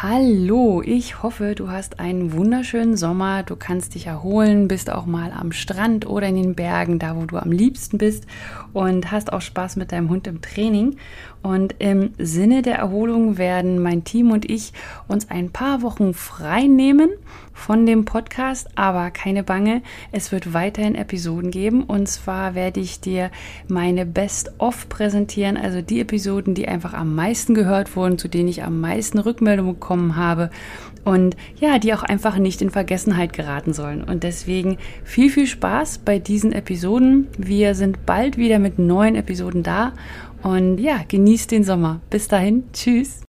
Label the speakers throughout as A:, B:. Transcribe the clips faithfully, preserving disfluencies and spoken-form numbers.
A: Hallo, ich hoffe, du hast einen wunderschönen Sommer, du kannst dich erholen, bist auch mal am Strand oder in den Bergen, da wo du am liebsten bist und hast auch Spaß mit deinem Hund im Training. Und im Sinne der Erholung werden mein Team und ich uns ein paar Wochen frei nehmen von dem Podcast, aber keine Bange, es wird weiterhin Episoden geben und zwar werde ich dir meine Best-of präsentieren, also die Episoden, die einfach am meisten gehört wurden, zu denen ich am meisten Rückmeldungen bekommen habe und ja, die auch einfach nicht in Vergessenheit geraten sollen. Und deswegen viel, viel Spaß bei diesen Episoden. Wir sind bald wieder mit neuen Episoden da und ja, genießt den Sommer. Bis dahin, tschüss.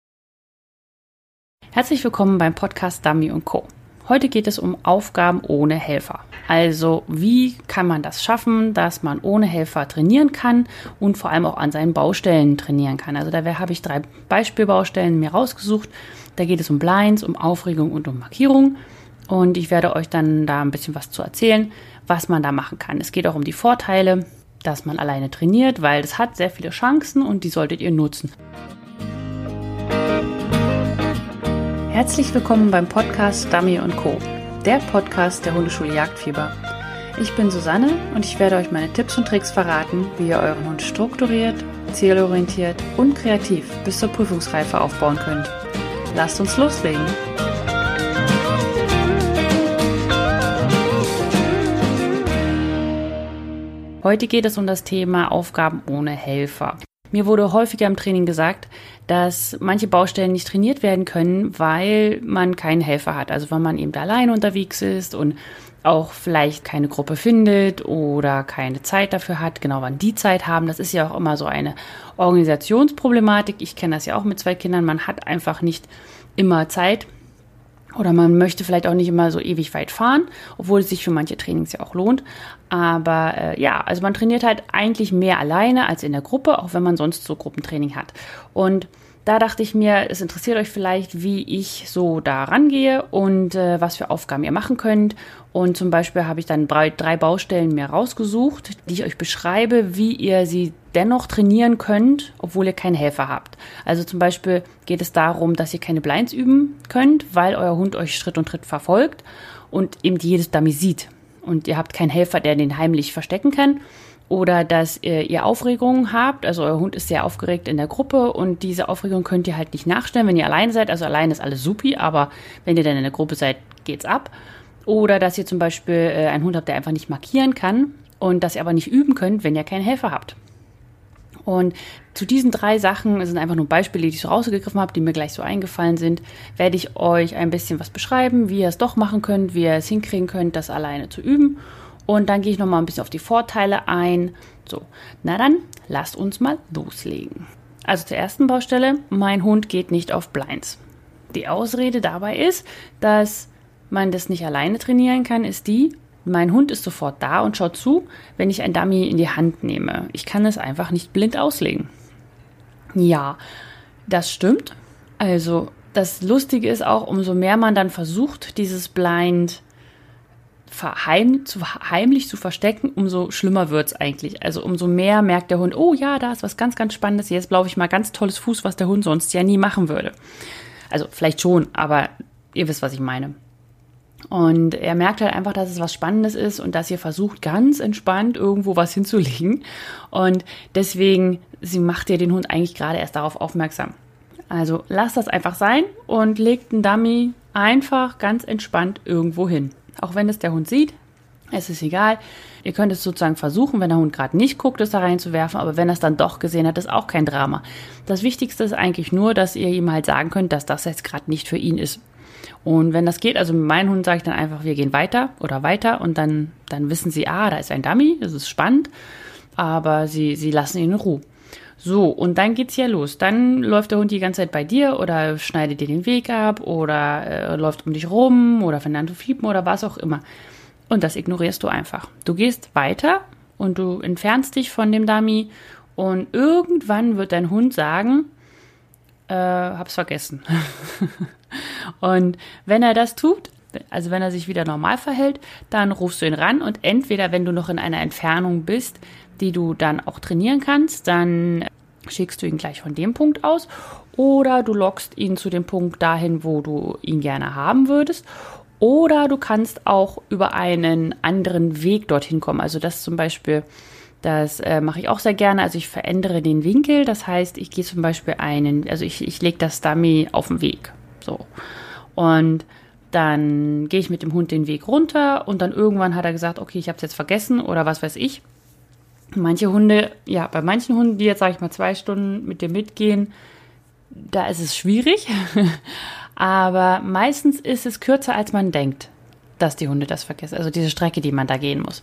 A: Herzlich willkommen beim Podcast Dummy und Co. Heute geht es um Aufgaben ohne Helfer. Also wie kann man das schaffen, dass man ohne Helfer trainieren kann und vor allem auch an seinen Baustellen trainieren kann. Also da habe ich drei Beispielbaustellen mir rausgesucht. Da geht es um Blinds, um Aufregung und um Markierung. Und ich werde euch dann da ein bisschen was zu erzählen, was man da machen kann. Es geht auch um die Vorteile, dass man alleine trainiert, weil es hat sehr viele Chancen und die solltet ihr nutzen. Herzlich willkommen beim Podcast Dummy und Co., der Podcast der Hundeschule Jagdfieber. Ich bin Susanne und ich werde euch meine Tipps und Tricks verraten, wie ihr euren Hund strukturiert, zielorientiert und kreativ bis zur Prüfungsreife aufbauen könnt. Lasst uns loslegen! Heute geht es um das Thema Aufgaben ohne Helfer. Mir wurde häufiger im Training gesagt, dass manche Baustellen nicht trainiert werden können, weil man keinen Helfer hat. Also weil man eben alleine unterwegs ist und auch vielleicht keine Gruppe findet oder keine Zeit dafür hat, genau wann die Zeit haben. Das ist ja auch immer so eine Organisationsproblematik. Ich kenne das ja auch mit zwei Kindern. Man hat einfach nicht immer Zeit. Oder man möchte vielleicht auch nicht immer so ewig weit fahren, obwohl es sich für manche Trainings ja auch lohnt. Aber äh, ja, also man trainiert halt eigentlich mehr alleine als in der Gruppe, auch wenn man sonst so Gruppentraining hat. Und da dachte ich mir, es interessiert euch vielleicht, wie ich so da rangehe und äh, was für Aufgaben ihr machen könnt. Und zum Beispiel habe ich dann drei, drei Baustellen mir rausgesucht, die ich euch beschreibe, wie ihr sie dennoch trainieren könnt, obwohl ihr keinen Helfer habt. Also zum Beispiel geht es darum, dass ihr keine Blinds üben könnt, weil euer Hund euch Schritt und Tritt verfolgt und eben jedes Dummy sieht. Und ihr habt keinen Helfer, der den heimlich verstecken kann. Oder dass ihr, ihr Aufregungen habt, also euer Hund ist sehr aufgeregt in der Gruppe und diese Aufregung könnt ihr halt nicht nachstellen, wenn ihr alleine seid. Also alleine ist alles supi, aber wenn ihr dann in der Gruppe seid, geht's ab. Oder dass ihr zum Beispiel äh, einen Hund habt, der einfach nicht markieren kann und dass ihr aber nicht üben könnt, wenn ihr keinen Helfer habt. Und zu diesen drei Sachen, das sind einfach nur Beispiele, die ich so rausgegriffen habe, die mir gleich so eingefallen sind, werde ich euch ein bisschen was beschreiben, wie ihr es doch machen könnt, wie ihr es hinkriegen könnt, das alleine zu üben. Und dann gehe ich nochmal ein bisschen auf die Vorteile ein. So, na dann, lasst uns mal loslegen. Also zur ersten Baustelle, mein Hund geht nicht auf Blinds. Die Ausrede dabei ist, dass man das nicht alleine trainieren kann, ist die, mein Hund ist sofort da und schaut zu, wenn ich ein Dummy in die Hand nehme. Ich kann es einfach nicht blind auslegen. Ja, das stimmt. Also das Lustige ist auch, umso mehr man dann versucht, dieses Blind Verheim, zu, heimlich zu verstecken, umso schlimmer wird's eigentlich. Also umso mehr merkt der Hund, oh ja, da ist was ganz, ganz Spannendes. Jetzt laufe ich mal ganz tolles Fuß, was der Hund sonst ja nie machen würde. Also vielleicht schon, aber ihr wisst, was ich meine. Und er merkt halt einfach, dass es was Spannendes ist und dass ihr versucht, ganz entspannt irgendwo was hinzulegen. Und deswegen, sie macht ihr den Hund eigentlich gerade erst darauf aufmerksam. Also lasst das einfach sein und legt einen Dummy einfach ganz entspannt irgendwo hin. Auch wenn es der Hund sieht, es ist egal. Ihr könnt es sozusagen versuchen, wenn der Hund gerade nicht guckt, es da reinzuwerfen, aber wenn er es dann doch gesehen hat, ist auch kein Drama. Das Wichtigste ist eigentlich nur, dass ihr ihm halt sagen könnt, dass das jetzt gerade nicht für ihn ist. Und wenn das geht, also mit meinem Hund sage ich dann einfach, wir gehen weiter oder weiter und dann, dann wissen sie, ah, da ist ein Dummy, das ist spannend, aber sie, sie lassen ihn in Ruhe. So, und dann geht's ja los. Dann läuft der Hund die ganze Zeit bei dir oder schneidet dir den Weg ab oder äh, läuft um dich rum oder fängt an zu fiepen oder was auch immer. Und das ignorierst du einfach. Du gehst weiter und du entfernst dich von dem Dummy und irgendwann wird dein Hund sagen, äh, hab's vergessen. Und wenn er das tut, also wenn er sich wieder normal verhält, dann rufst du ihn ran und entweder, wenn du noch in einer Entfernung bist, die du dann auch trainieren kannst, dann schickst du ihn gleich von dem Punkt aus oder du lockst ihn zu dem Punkt dahin, wo du ihn gerne haben würdest. Oder du kannst auch über einen anderen Weg dorthin kommen. Also das zum Beispiel, das äh, mache ich auch sehr gerne. Also ich verändere den Winkel. Das heißt, ich gehe zum Beispiel einen, also ich, ich lege das Dummy auf den Weg. So. Und dann gehe ich mit dem Hund den Weg runter und dann irgendwann hat er gesagt, okay, ich habe es jetzt vergessen oder was weiß ich. Manche Hunde, ja, bei manchen Hunden, die jetzt, sage ich mal, zwei Stunden mit dir mitgehen, da ist es schwierig. Aber meistens ist es kürzer, als man denkt, dass die Hunde das vergessen. Also diese Strecke, die man da gehen muss.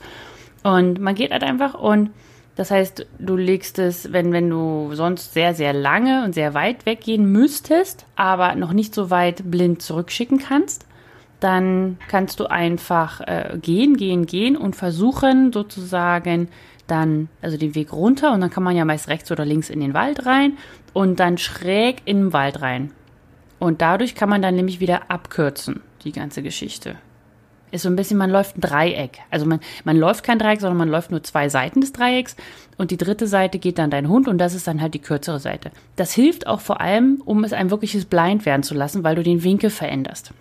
A: Und man geht halt einfach und das heißt, du legst es, wenn, wenn du sonst sehr, sehr lange und sehr weit weggehen müsstest, aber noch nicht so weit blind zurückschicken kannst, dann kannst du einfach äh, gehen, gehen, gehen und versuchen sozusagen dann, also den Weg runter und dann kann man ja meist rechts oder links in den Wald rein und dann schräg in den Wald rein. Und dadurch kann man dann nämlich wieder abkürzen, die ganze Geschichte. Ist so ein bisschen, man läuft ein Dreieck. Also man, man läuft kein Dreieck, sondern man läuft nur zwei Seiten des Dreiecks und die dritte Seite geht dann dein Hund und das ist dann halt die kürzere Seite. Das hilft auch vor allem, um es ein wirkliches Blind werden zu lassen, weil du den Winkel veränderst.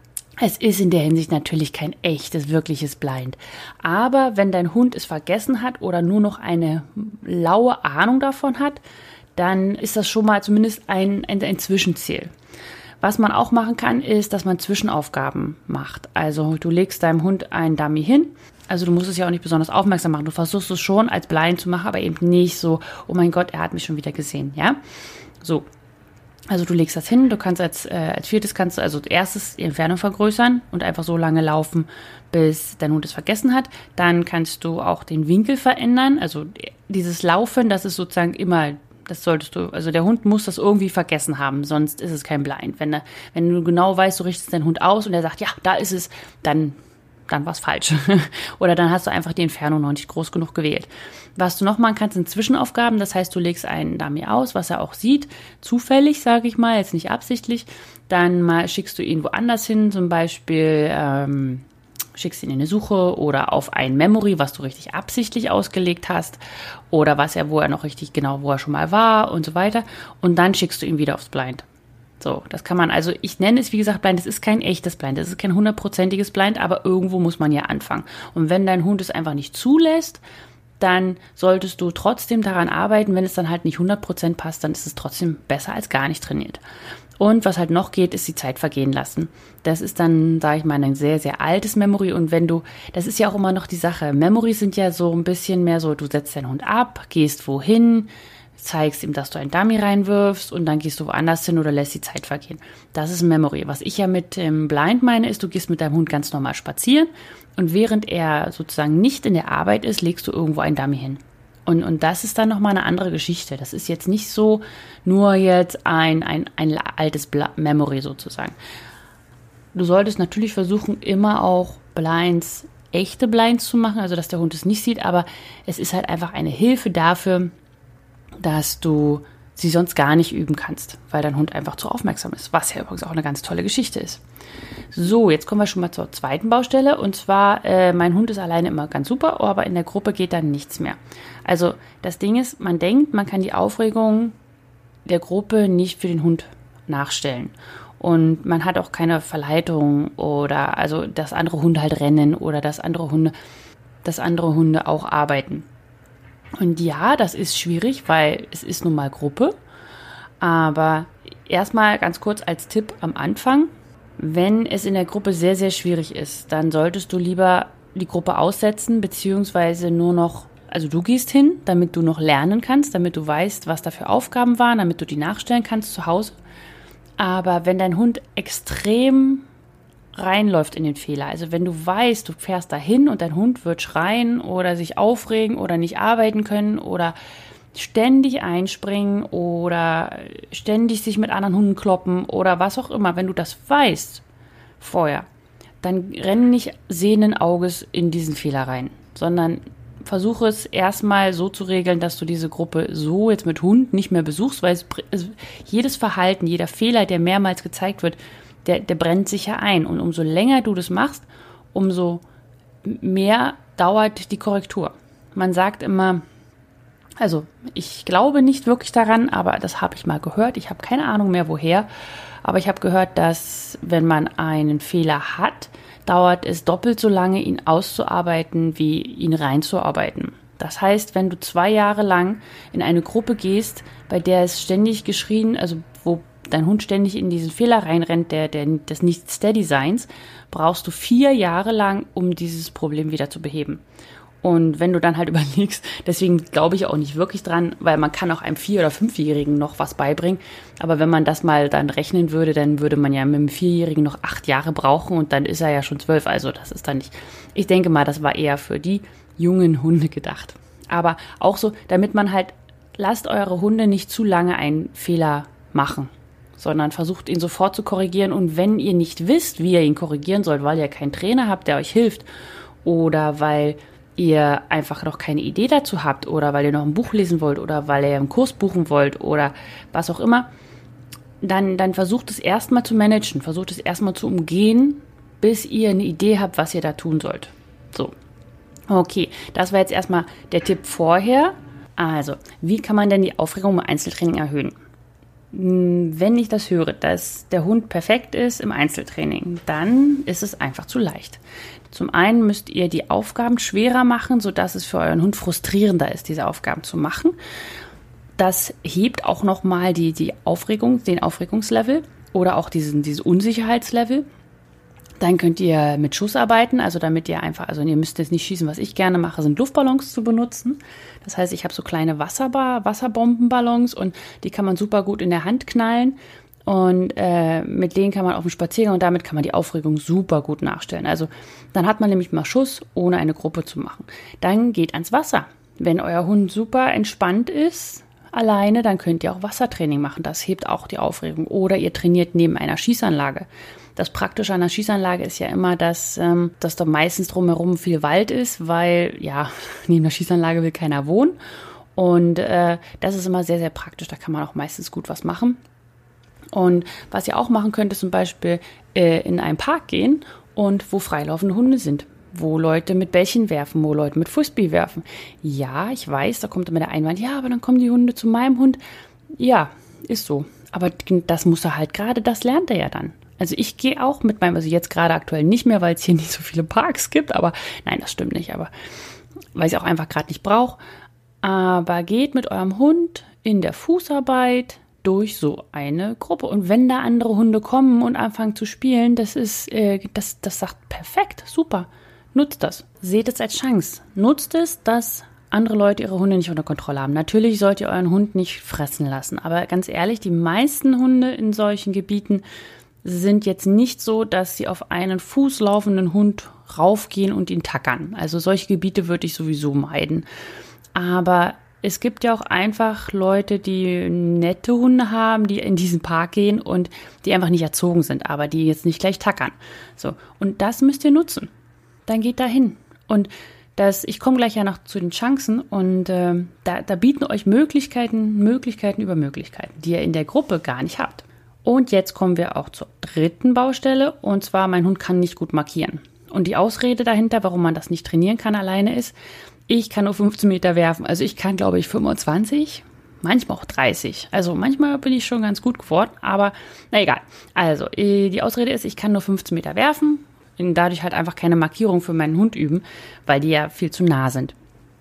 A: Es ist in der Hinsicht natürlich kein echtes, wirkliches Blind. Aber wenn dein Hund es vergessen hat oder nur noch eine laue Ahnung davon hat, dann ist das schon mal zumindest ein, ein, ein Zwischenziel. Was man auch machen kann, ist, dass man Zwischenaufgaben macht. Also du legst deinem Hund einen Dummy hin. Also du musst es ja auch nicht besonders aufmerksam machen. Du versuchst es schon als Blind zu machen, aber eben nicht so, oh mein Gott, er hat mich schon wieder gesehen. Ja, so. Also du legst das hin, du kannst als, äh, als viertes kannst du also erstes die Entfernung vergrößern und einfach so lange laufen, bis dein Hund es vergessen hat. Dann kannst du auch den Winkel verändern. Also dieses Laufen, das ist sozusagen immer, das solltest du, also der Hund muss das irgendwie vergessen haben, sonst ist es kein Blind. Wenn, er, wenn du genau weißt, du richtest deinen Hund aus und er sagt, ja, da ist es, dann dann war es falsch. Oder dann hast du einfach die Entfernung noch nicht groß genug gewählt. Was du noch machen kannst, sind Zwischenaufgaben. Das heißt, du legst einen Dummy aus, was er auch sieht, zufällig, sage ich mal, jetzt nicht absichtlich. Dann mal schickst du ihn woanders hin, zum Beispiel ähm, schickst ihn in eine Suche oder auf ein Memory, was du richtig absichtlich ausgelegt hast oder was er, wo er noch richtig genau, wo er schon mal war und so weiter. Und dann schickst du ihn wieder aufs Blind. So, das kann man, also ich nenne es, wie gesagt, Blind, es ist kein echtes Blind, es ist kein hundertprozentiges Blind, aber irgendwo muss man ja anfangen. Und wenn dein Hund es einfach nicht zulässt, dann solltest du trotzdem daran arbeiten. Wenn es dann halt nicht hundert Prozent passt, dann ist es trotzdem besser als gar nicht trainiert. Und was halt noch geht, ist die Zeit vergehen lassen. Das ist dann, sage ich mal, ein sehr, sehr altes Memory. Und wenn du, das ist ja auch immer noch die Sache, Memories sind ja so ein bisschen mehr so, du setzt deinen Hund ab, gehst wohin, zeigst ihm, dass du einen Dummy reinwirfst und dann gehst du woanders hin oder lässt die Zeit vergehen. Das ist ein Memory. Was ich ja mit dem Blind meine, ist, du gehst mit deinem Hund ganz normal spazieren und während er sozusagen nicht in der Arbeit ist, legst du irgendwo einen Dummy hin. Und, und das ist dann nochmal eine andere Geschichte. Das ist jetzt nicht so nur jetzt ein, ein, ein altes Bla- Memory sozusagen. Du solltest natürlich versuchen, immer auch Blinds, echte Blinds zu machen, also dass der Hund es nicht sieht, aber es ist halt einfach eine Hilfe dafür, dass du sie sonst gar nicht üben kannst, weil dein Hund einfach zu aufmerksam ist, was ja übrigens auch eine ganz tolle Geschichte ist. So, jetzt kommen wir schon mal zur zweiten Baustelle und zwar, äh, mein Hund ist alleine immer ganz super, aber in der Gruppe geht dann nichts mehr. Also das Ding ist, man denkt, man kann die Aufregung der Gruppe nicht für den Hund nachstellen und man hat auch keine Verleitung oder also, dass andere Hunde halt rennen oder dass andere Hunde, dass andere Hunde auch arbeiten. Und ja, das ist schwierig, weil es ist nun mal Gruppe. Aber erstmal ganz kurz als Tipp am Anfang. Wenn es in der Gruppe sehr, sehr schwierig ist, dann solltest du lieber die Gruppe aussetzen, beziehungsweise nur noch, also du gehst hin, damit du noch lernen kannst, damit du weißt, was da für Aufgaben waren, damit du die nachstellen kannst zu Hause. Aber wenn dein Hund extrem reinläuft in den Fehler. Also wenn du weißt, du fährst dahin und dein Hund wird schreien oder sich aufregen oder nicht arbeiten können oder ständig einspringen oder ständig sich mit anderen Hunden kloppen oder was auch immer, wenn du das weißt vorher, dann renn nicht sehenden Auges in diesen Fehler rein, sondern versuche es erstmal so zu regeln, dass du diese Gruppe so jetzt mit Hund nicht mehr besuchst, weil es, es, jedes Verhalten, jeder Fehler, der mehrmals gezeigt wird, Der, der brennt sich ja ein. Und umso länger du das machst, umso mehr dauert die Korrektur. Man sagt immer, Also ich glaube nicht wirklich daran, aber das habe ich mal gehört. Ich habe keine Ahnung mehr woher, aber ich habe gehört, dass wenn man einen Fehler hat, dauert es doppelt so lange, ihn auszuarbeiten, wie ihn reinzuarbeiten. Das heißt, wenn du zwei Jahre lang in eine Gruppe gehst, bei der es ständig geschrien, also wo dein Hund ständig in diesen Fehler reinrennt, der, der des Nicht-Steady-Seins, brauchst du vier Jahre lang, um dieses Problem wieder zu beheben. Und wenn du dann halt überlegst, deswegen glaube ich auch nicht wirklich dran, weil man kann auch einem Vier- oder Fünfjährigen noch was beibringen. Aber wenn man das mal dann rechnen würde, dann würde man ja mit einem Vierjährigen noch acht Jahre brauchen und dann ist er ja schon zwölf. Also das ist dann nicht, ich denke mal, das war eher für die jungen Hunde gedacht. Aber auch so, damit man halt, lasst eure Hunde nicht zu lange einen Fehler machen, sondern versucht ihn sofort zu korrigieren. Und wenn ihr nicht wisst, wie ihr ihn korrigieren sollt, weil ihr keinen Trainer habt, der euch hilft oder weil ihr einfach noch keine Idee dazu habt oder weil ihr noch ein Buch lesen wollt oder weil ihr einen Kurs buchen wollt oder was auch immer, dann, dann versucht es erstmal zu managen, versucht es erstmal zu umgehen, bis ihr eine Idee habt, was ihr da tun sollt. So, okay, das war jetzt erstmal der Tipp vorher. Also, wie kann man denn die Aufregung im Einzeltraining erhöhen? Wenn ich das höre, dass der Hund perfekt ist im Einzeltraining, dann ist es einfach zu leicht. Zum einen müsst ihr die Aufgaben schwerer machen, sodass es für euren Hund frustrierender ist, diese Aufgaben zu machen. Das hebt auch nochmal die, die Aufregung, den Aufregungslevel oder auch diesen, dieses Unsicherheitslevel. Dann könnt ihr mit Schuss arbeiten, also damit ihr einfach, also ihr müsst jetzt nicht schießen, was ich gerne mache, sind Luftballons zu benutzen. Das heißt, ich habe so kleine Wasserbar, Wasserbombenballons und die kann man super gut in der Hand knallen und äh, mit denen kann man auf dem Spaziergang und damit kann man die Aufregung super gut nachstellen. Also dann hat man nämlich mal Schuss, ohne eine Gruppe zu machen. Dann geht ans Wasser. Wenn euer Hund super entspannt ist, alleine, dann könnt ihr auch Wassertraining machen. Das hebt auch die Aufregung. Oder ihr trainiert neben einer Schießanlage. Das Praktische an der Schießanlage ist ja immer, dass, ähm, dass da meistens drumherum viel Wald ist, weil ja, neben der Schießanlage will keiner wohnen. Und äh, das ist immer sehr, sehr praktisch. Da kann man auch meistens gut was machen. Und was ihr auch machen könnt, ist zum Beispiel äh, in einen Park gehen und wo freilaufende Hunde sind. Wo Leute mit Bällchen werfen, wo Leute mit Frisbee werfen. Ja, ich weiß, da kommt immer der Einwand, ja, aber dann kommen die Hunde zu meinem Hund. Ja, ist so. Aber das muss er halt gerade, das lernt er ja dann. Also ich gehe auch mit meinem, also jetzt gerade aktuell nicht mehr, weil es hier nicht so viele Parks gibt, aber nein, das stimmt nicht, aber weil ich es auch einfach gerade nicht brauche. Aber geht mit eurem Hund in der Fußarbeit durch so eine Gruppe. Und wenn da andere Hunde kommen und anfangen zu spielen, das ist, äh, das, das sagt perfekt, super. Nutzt das. Seht es als Chance. Nutzt es, dass andere Leute ihre Hunde nicht unter Kontrolle haben. Natürlich sollt ihr euren Hund nicht fressen lassen. Aber ganz ehrlich, die meisten Hunde in solchen Gebieten sind jetzt nicht so, dass sie auf einen fußlaufenden Hund raufgehen und ihn tackern. Also solche Gebiete würde ich sowieso meiden. Aber es gibt ja auch einfach Leute, die nette Hunde haben, die in diesen Park gehen und die einfach nicht erzogen sind, aber die jetzt nicht gleich tackern. So, und das müsst ihr nutzen. Dann geht da hin. Und das, ich komme gleich ja noch zu den Chancen und äh, da, da bieten euch Möglichkeiten, Möglichkeiten über Möglichkeiten, die ihr in der Gruppe gar nicht habt. Und jetzt kommen wir auch zur dritten Baustelle und zwar, mein Hund kann nicht gut markieren. Und die Ausrede dahinter, warum man das nicht trainieren kann alleine ist, ich kann nur fünfzehn Meter werfen. Also ich kann, glaube ich, fünfundzwanzig, manchmal auch dreißig. Also manchmal bin ich schon ganz gut geworden, aber na egal. Also die Ausrede ist, ich kann nur fünfzehn Meter werfen und dadurch halt einfach keine Markierung für meinen Hund üben, weil die ja viel zu nah sind.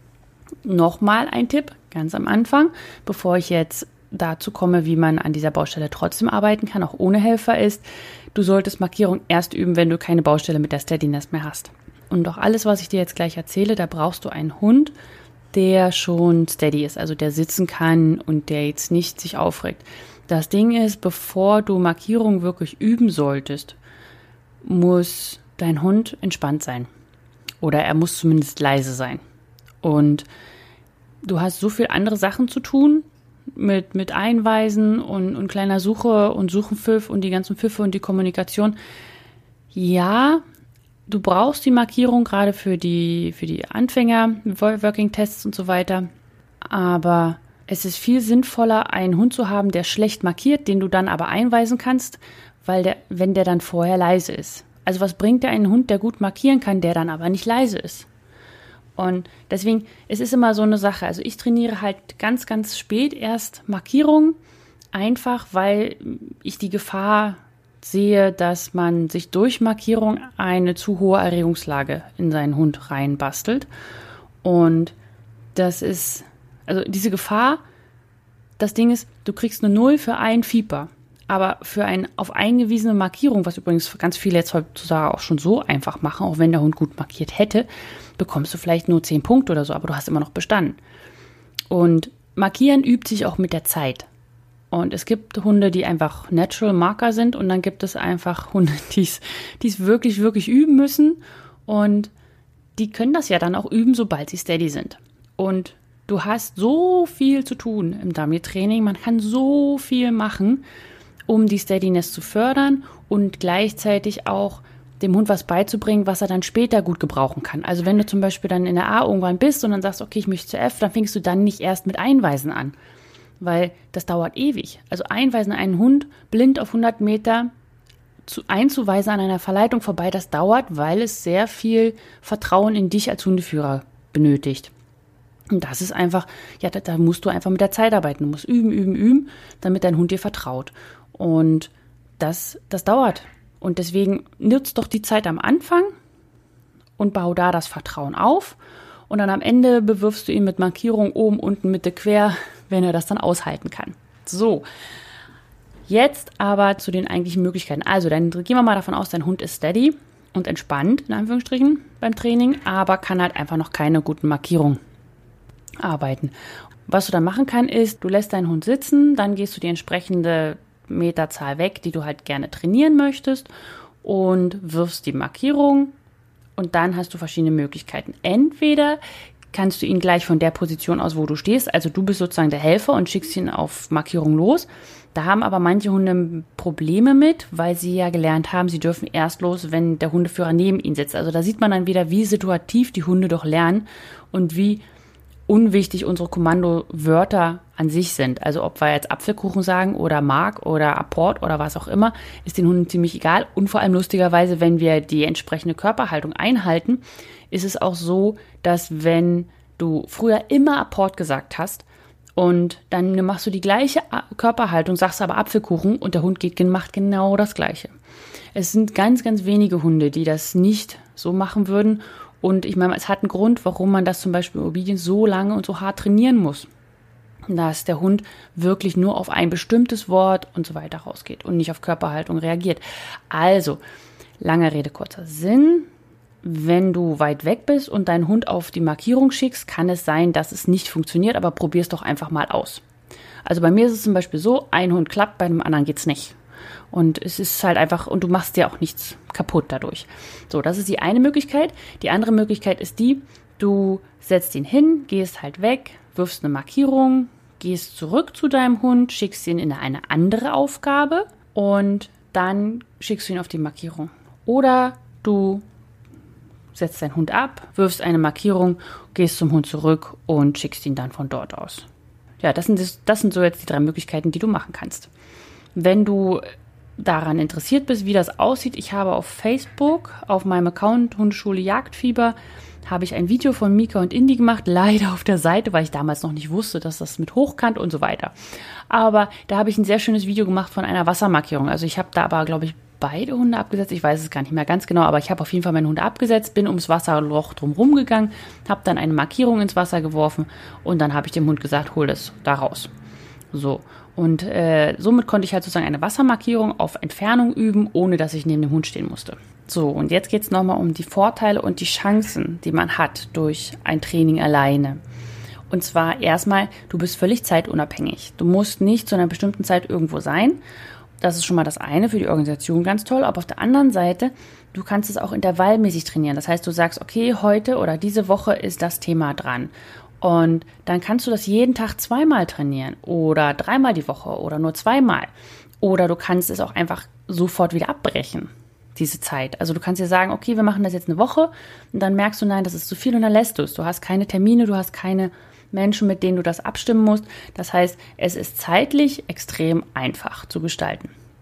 A: Nochmal ein Tipp, ganz am Anfang, bevor ich jetzt dazu komme, wie man an dieser Baustelle trotzdem arbeiten kann, auch ohne Helfer ist, du solltest Markierung erst üben, wenn du keine Baustelle mit der Steadiness mehr hast. Und auch alles, was ich dir jetzt gleich erzähle, da brauchst du einen Hund, der schon steady ist, also der sitzen kann und der jetzt nicht sich aufregt. Das Ding ist, bevor du Markierung wirklich üben solltest, muss dein Hund entspannt sein. Oder er muss zumindest leise sein. Und du hast so viel andere Sachen zu tun, mit, mit Einweisen und, und kleiner Suche und Suchenpfiff und die ganzen Pfiffe und die Kommunikation. Ja, du brauchst die Markierung gerade für die, für die Anfänger, Working Tests und so weiter. Aber es ist viel sinnvoller, einen Hund zu haben, der schlecht markiert, den du dann aber einweisen kannst, weil der, wenn der dann vorher leise ist. Also was bringt dir einen Hund, der gut markieren kann, der dann aber nicht leise ist? Und deswegen, es ist immer so eine Sache. Also ich trainiere halt ganz, ganz spät erst Markierung, einfach weil ich die Gefahr sehe, dass man sich durch Markierung eine zu hohe Erregungslage in seinen Hund reinbastelt. Und das ist, also diese Gefahr, das Ding ist, du kriegst eine Null für ein Fieber. Aber für eine auf eingewiesene Markierung, was übrigens ganz viele jetzt heutzutage auch schon so einfach machen, auch wenn der Hund gut markiert hätte, bekommst du vielleicht nur zehn Punkte oder so, aber du hast immer noch bestanden. Und Markieren übt sich auch mit der Zeit. Und es gibt Hunde, die einfach Natural Marker sind und dann gibt es einfach Hunde, die es wirklich, wirklich üben müssen. Und die können das ja dann auch üben, sobald sie steady sind. Und du hast so viel zu tun im Dummy-Training, man kann so viel machen, um die Steadiness zu fördern und gleichzeitig auch dem Hund was beizubringen, was er dann später gut gebrauchen kann. Also wenn du zum Beispiel dann in der A irgendwann bist und dann sagst, okay, ich möchte zu F, dann fängst du dann nicht erst mit Einweisen an, weil das dauert ewig. Also Einweisen einen Hund blind auf hundert Meter zu, einzuweisen an einer Verleitung vorbei, das dauert, weil es sehr viel Vertrauen in dich als Hundeführer benötigt. Und das ist einfach, ja, da, da musst du einfach mit der Zeit arbeiten. Du musst üben, üben, üben, damit dein Hund dir vertraut. Und das, das dauert. Und deswegen nutzt doch die Zeit am Anfang und bau da das Vertrauen auf. Und dann am Ende bewirfst du ihn mit Markierung oben, unten, Mitte, quer, wenn er das dann aushalten kann. So, jetzt aber zu den eigentlichen Möglichkeiten. Also, dann gehen wir mal davon aus, dein Hund ist steady und entspannt, in Anführungsstrichen, beim Training, aber kann halt einfach noch keine guten Markierungen arbeiten. Was du dann machen kannst, ist, du lässt deinen Hund sitzen, dann gehst du die entsprechende Meterzahl weg, die du halt gerne trainieren möchtest und wirfst die Markierung und dann hast du verschiedene Möglichkeiten. Entweder kannst du ihn gleich von der Position aus, wo du stehst, also du bist sozusagen der Helfer und schickst ihn auf Markierung los. Da haben aber manche Hunde Probleme mit, weil sie ja gelernt haben, sie dürfen erst los, wenn der Hundeführer neben ihnen sitzt. Also da sieht man dann wieder, wie situativ die Hunde doch lernen und wie unwichtig unsere Kommandowörter an sich sind. Also ob wir jetzt Apfelkuchen sagen oder Mark oder Apport oder was auch immer, ist den Hunden ziemlich egal. Und vor allem lustigerweise, wenn wir die entsprechende Körperhaltung einhalten, ist es auch so, dass wenn du früher immer Apport gesagt hast und dann machst du die gleiche Körperhaltung, sagst aber Apfelkuchen und der Hund geht, macht genau das Gleiche. Es sind ganz, ganz wenige Hunde, die das nicht so machen würden. Und ich meine, es hat einen Grund, warum man das zum Beispiel in Obedience so lange und so hart trainieren muss. Dass der Hund wirklich nur auf ein bestimmtes Wort und so weiter rausgeht und nicht auf Körperhaltung reagiert. Also, lange Rede, kurzer Sinn. Wenn du weit weg bist und deinen Hund auf die Markierung schickst, kann es sein, dass es nicht funktioniert, aber probier es doch einfach mal aus. Also bei mir ist es zum Beispiel so, ein Hund klappt, bei einem anderen geht's nicht. Und es ist halt einfach, und du machst dir auch nichts kaputt dadurch. So, das ist die eine Möglichkeit. Die andere Möglichkeit ist die, du setzt ihn hin, gehst halt weg, wirfst eine Markierung, gehst zurück zu deinem Hund, schickst ihn in eine andere Aufgabe und dann schickst du ihn auf die Markierung. Oder du setzt deinen Hund ab, wirfst eine Markierung, gehst zum Hund zurück und schickst ihn dann von dort aus. Ja, das sind, das sind so jetzt die drei Möglichkeiten, die du machen kannst. Wenn du daran interessiert bist, wie das aussieht, ich habe auf Facebook, auf meinem Account Hundeschule Jagdfieber, habe ich ein Video von Mika und Indy gemacht, leider auf der Seite, weil ich damals noch nicht wusste, dass das mit hochkant und so weiter. Aber da habe ich ein sehr schönes Video gemacht von einer Wassermarkierung. Also ich habe da aber, glaube ich, beide Hunde abgesetzt. Ich weiß es gar nicht mehr ganz genau, aber ich habe auf jeden Fall meine Hunde abgesetzt, bin ums Wasserloch drumherum gegangen, habe dann eine Markierung ins Wasser geworfen und dann habe ich dem Hund gesagt, hol das da raus. So, und äh, somit konnte ich halt sozusagen eine Wassermarkierung auf Entfernung üben, ohne dass ich neben dem Hund stehen musste. So, und jetzt geht es nochmal um die Vorteile und die Chancen, die man hat durch ein Training alleine. Und zwar erstmal, du bist völlig zeitunabhängig. Du musst nicht zu einer bestimmten Zeit irgendwo sein. Das ist schon mal das eine, für die Organisation ganz toll. Aber auf der anderen Seite, du kannst es auch intervallmäßig trainieren. Das heißt, du sagst, okay, heute oder diese Woche ist das Thema dran. Und dann kannst du das jeden Tag zweimal trainieren oder dreimal die Woche oder nur zweimal. Oder du kannst es auch einfach sofort wieder abbrechen, diese Zeit. Also du kannst dir sagen, okay, wir machen das jetzt eine Woche und dann merkst du, nein, das ist zu viel und dann lässt du es. Du hast keine Termine, du hast keine Menschen, mit denen du das abstimmen musst. Das heißt, es ist zeitlich extrem einfach zu gestalten.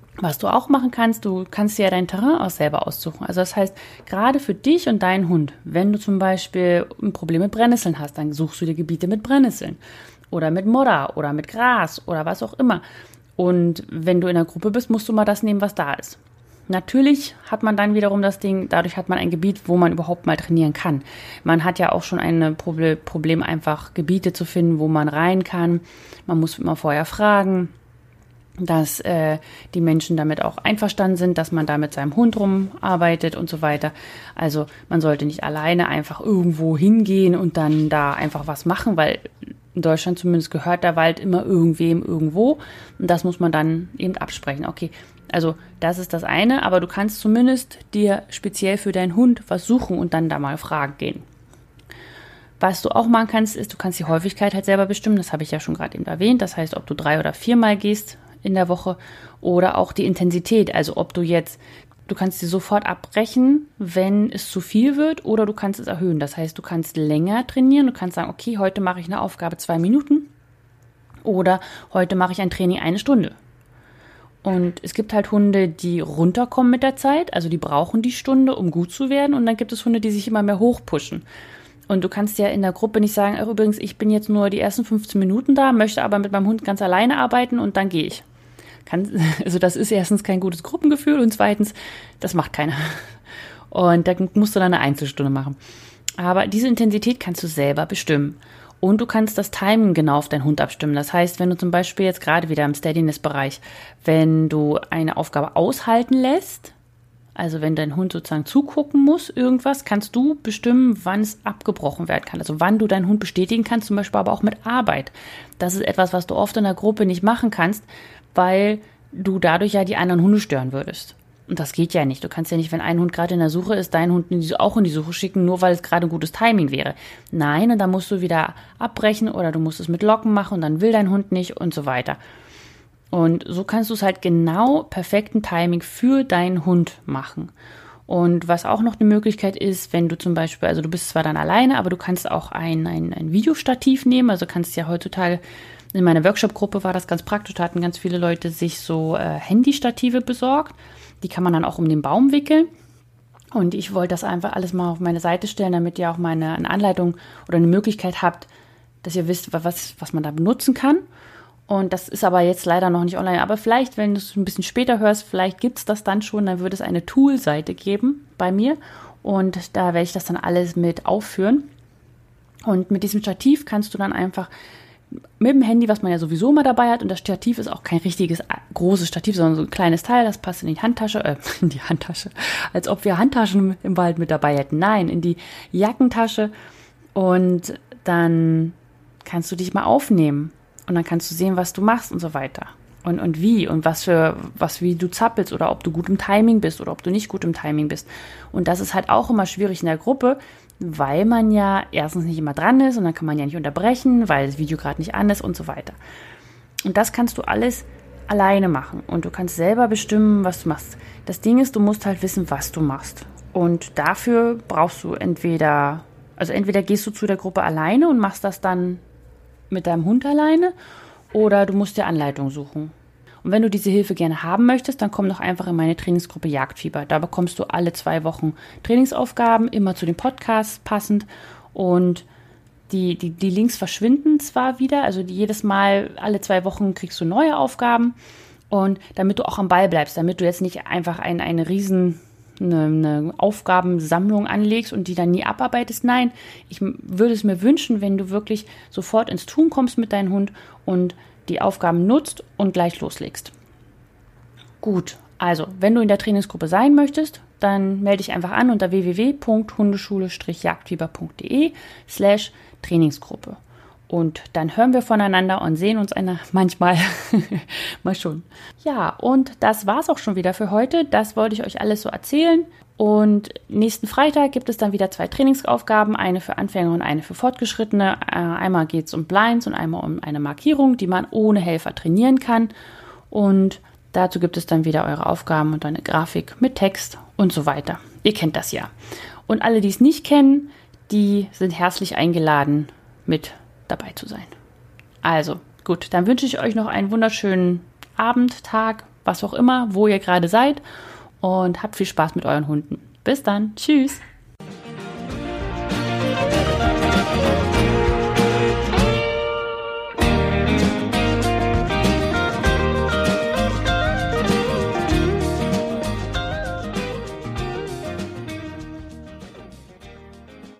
A: Was du auch machen kannst, du kannst dir ja dein Terrain auch selber aussuchen. Also das heißt, gerade für dich und deinen Hund, wenn du zum Beispiel ein Problem mit Brennnesseln hast, dann suchst du dir Gebiete mit Brennnesseln oder mit Modder oder mit Gras oder was auch immer. Und wenn du in der Gruppe bist, musst du mal das nehmen, was da ist. Natürlich hat man dann wiederum das Ding, dadurch hat man ein Gebiet, wo man überhaupt mal trainieren kann. Man hat ja auch schon ein Problem, einfach Gebiete zu finden, wo man rein kann. Man muss immer vorher fragen, dass äh, die Menschen damit auch einverstanden sind, dass man da mit seinem Hund rumarbeitet und so weiter. Also man sollte nicht alleine einfach irgendwo hingehen und dann da einfach was machen, weil in Deutschland zumindest gehört der Wald immer irgendwem irgendwo und das muss man dann eben absprechen. Okay, also das ist das eine, aber du kannst zumindest dir speziell für deinen Hund was suchen und dann da mal fragen gehen. Was du auch machen kannst, ist, du kannst die Häufigkeit halt selber bestimmen, das habe ich ja schon gerade eben erwähnt, das heißt, ob du drei oder viermal gehst in der Woche oder auch die Intensität, also ob du jetzt, du kannst sie sofort abbrechen, wenn es zu viel wird oder du kannst es erhöhen. Das heißt, du kannst länger trainieren, du kannst sagen, okay, heute mache ich eine Aufgabe zwei Minuten oder heute mache ich ein Training eine Stunde. Und es gibt halt Hunde, die runterkommen mit der Zeit, also die brauchen die Stunde, um gut zu werden und dann gibt es Hunde, die sich immer mehr hochpushen. Und du kannst ja in der Gruppe nicht sagen, ach, übrigens, ich bin jetzt nur die ersten fünfzehn Minuten da, möchte aber mit meinem Hund ganz alleine arbeiten und dann gehe ich. Kann, also das ist erstens kein gutes Gruppengefühl und zweitens, das macht keiner. Und da musst du dann eine Einzelstunde machen. Aber diese Intensität kannst du selber bestimmen. Und du kannst das Timing genau auf deinen Hund abstimmen. Das heißt, wenn du zum Beispiel jetzt gerade wieder im Steadiness-Bereich, wenn du eine Aufgabe aushalten lässt, also wenn dein Hund sozusagen zugucken muss, irgendwas, kannst du bestimmen, wann es abgebrochen werden kann. Also wann du deinen Hund bestätigen kannst, zum Beispiel aber auch mit Arbeit. Das ist etwas, was du oft in der Gruppe nicht machen kannst, weil du dadurch ja die anderen Hunde stören würdest. Und das geht ja nicht. Du kannst ja nicht, wenn ein Hund gerade in der Suche ist, deinen Hund auch in die Suche schicken, nur weil es gerade ein gutes Timing wäre. Nein, und dann musst du wieder abbrechen oder du musst es mit Locken machen und dann will dein Hund nicht und so weiter. Und so kannst du es halt genau perfekten Timing für deinen Hund machen. Und was auch noch eine Möglichkeit ist, wenn du zum Beispiel, also du bist zwar dann alleine, aber du kannst auch ein, ein, ein Videostativ nehmen. Also kannst ja heutzutage, in meiner Workshop-Gruppe war das ganz praktisch, da hatten ganz viele Leute sich so äh, Handystative besorgt. Die kann man dann auch um den Baum wickeln. Und ich wollte das einfach alles mal auf meine Seite stellen, damit ihr auch mal eine, eine Anleitung oder eine Möglichkeit habt, dass ihr wisst, was, was man da benutzen kann. Und das ist aber jetzt leider noch nicht online. Aber vielleicht, wenn du es ein bisschen später hörst, vielleicht gibt es das dann schon, dann würde es eine Tool-Seite geben bei mir. Und da werde ich das dann alles mit aufführen. Und mit diesem Stativ kannst du dann einfach mit dem Handy, was man ja sowieso immer dabei hat, und das Stativ ist auch kein richtiges großes Stativ, sondern so ein kleines Teil, das passt in die Handtasche, äh, in die Handtasche, als ob wir Handtaschen im Wald mit dabei hätten. Nein, in die Jackentasche. Und dann kannst du dich mal aufnehmen. Und dann kannst du sehen, was du machst und so weiter. Und, und wie und was für, was, wie du zappelst oder ob du gut im Timing bist oder ob du nicht gut im Timing bist. Und das ist halt auch immer schwierig in der Gruppe, weil man ja erstens nicht immer dran ist und dann kann man ja nicht unterbrechen, weil das Video gerade nicht an ist und so weiter. Und das kannst du alles alleine machen und du kannst selber bestimmen, was du machst. Das Ding ist, du musst halt wissen, was du machst. Und dafür brauchst du entweder, also entweder gehst du zu der Gruppe alleine und machst das dann mit deinem Hund alleine oder du musst dir Anleitung suchen. Und wenn du diese Hilfe gerne haben möchtest, dann komm doch einfach in meine Trainingsgruppe Jagdfieber. Da bekommst du alle zwei Wochen Trainingsaufgaben, immer zu den Podcasts passend und die, die, die Links verschwinden zwar wieder, also die, jedes Mal, alle zwei Wochen kriegst du neue Aufgaben und damit du auch am Ball bleibst, damit du jetzt nicht einfach ein, eine riesen Eine, eine Aufgabensammlung anlegst und die dann nie abarbeitest. Nein, ich würde es mir wünschen, wenn du wirklich sofort ins Tun kommst mit deinem Hund und die Aufgaben nutzt und gleich loslegst. Gut, also wenn du in der Trainingsgruppe sein möchtest, dann melde dich einfach an unter w w w punkt hundeschule-jagdfieber punkt de slash Trainingsgruppe. Und dann hören wir voneinander und sehen uns einer manchmal. Mal schon. Ja, und das war's auch schon wieder für heute. Das wollte ich euch alles so erzählen. Und nächsten Freitag gibt es dann wieder zwei Trainingsaufgaben, eine für Anfänger und eine für Fortgeschrittene. Einmal geht es um Blinds und einmal um eine Markierung, die man ohne Helfer trainieren kann. Und dazu gibt es dann wieder eure Aufgaben und eine Grafik mit Text und so weiter. Ihr kennt das ja. Und alle, die es nicht kennen, die sind herzlich eingeladen, mit dabei zu sein. Also, gut, dann wünsche ich euch noch einen wunderschönen Abend, Tag, was auch immer, wo ihr gerade seid und habt viel Spaß mit euren Hunden. Bis dann. Tschüss.